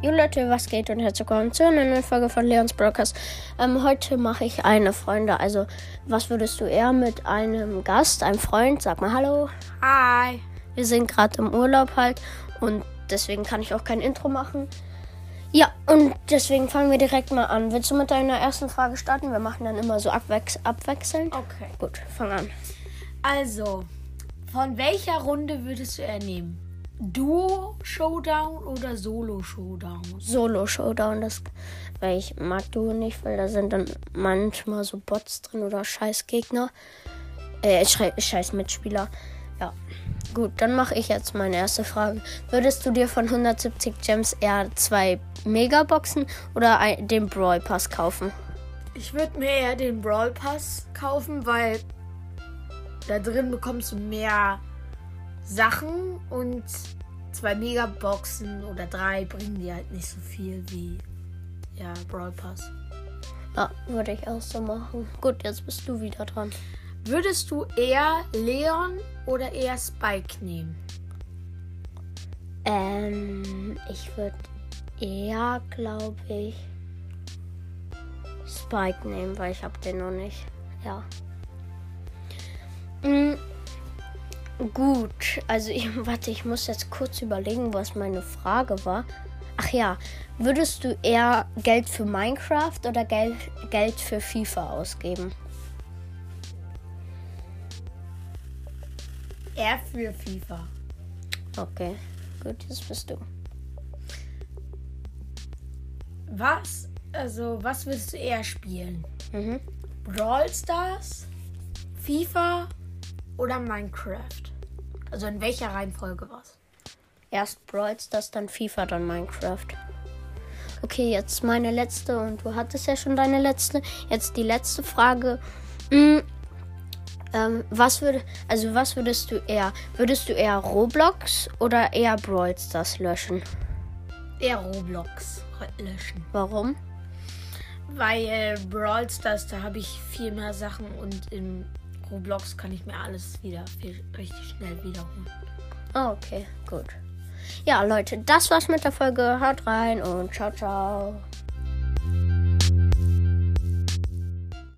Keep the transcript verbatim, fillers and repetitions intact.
Jo Leute, was geht und herzlich willkommen zu einer neuen Folge von Leons Broadcast. Ähm, heute mache ich eine Freunde. Also, was würdest du eher mit einem Gast, einem Freund? Sag mal Hallo. Hi. Wir sind gerade im Urlaub halt und deswegen kann ich auch kein Intro machen. Ja, und deswegen fangen wir direkt mal an. Willst du mit deiner ersten Frage starten? Wir machen dann immer so abwechs- abwechselnd. Okay. Gut, fang an. Also, von welcher Runde würdest du eher nehmen? Duo-Showdown oder Solo-Showdown? Solo-Showdown, das, weil ich mag Duo nicht, weil da sind dann manchmal so Bots drin oder Scheißgegner. Äh, Schei- scheiß Mitspieler. Ja, gut, dann mache ich jetzt meine erste Frage. Würdest du dir von hundertsiebzig Gems eher zwei Megaboxen oder ein, den Brawl Pass kaufen? Ich würde mir eher den Brawl Pass kaufen, weil da drin bekommst du mehr Sachen und zwei Megaboxen oder drei bringen dir halt nicht so viel wie ja, Brawl Pass. Ja, würde ich auch so machen. Gut, jetzt bist du wieder dran. Würdest du eher Leon oder eher Spike nehmen? Ähm, ich würde eher, glaube ich, Spike nehmen, weil ich habe den noch nicht. Ja. Mhm. Gut, also ich, warte, ich muss jetzt kurz überlegen, was meine Frage war. Ach ja, würdest du eher Geld für Minecraft oder Geld, Geld für FIFA ausgeben? Eher für FIFA. Okay, gut, jetzt bist du. Was? Also, was würdest du eher spielen? Mhm. Brawl Stars, FIFA oder Minecraft? Also in welcher Reihenfolge war's? Erst Brawl Stars, dann FIFA, dann Minecraft. Okay, jetzt meine letzte und du hattest ja schon deine letzte. Jetzt die letzte Frage. Hm, ähm, was würde, also was würdest du eher? Würdest du eher Roblox oder eher Brawl Stars löschen? Eher Roblox löschen. Warum? Weil äh, Brawl Stars, da habe ich viel mehr Sachen und in Roblox kann ich mir alles wieder viel, richtig schnell wiederholen. Ah, okay, gut. Ja, Leute, das war's mit der Folge. Haut rein und ciao, ciao.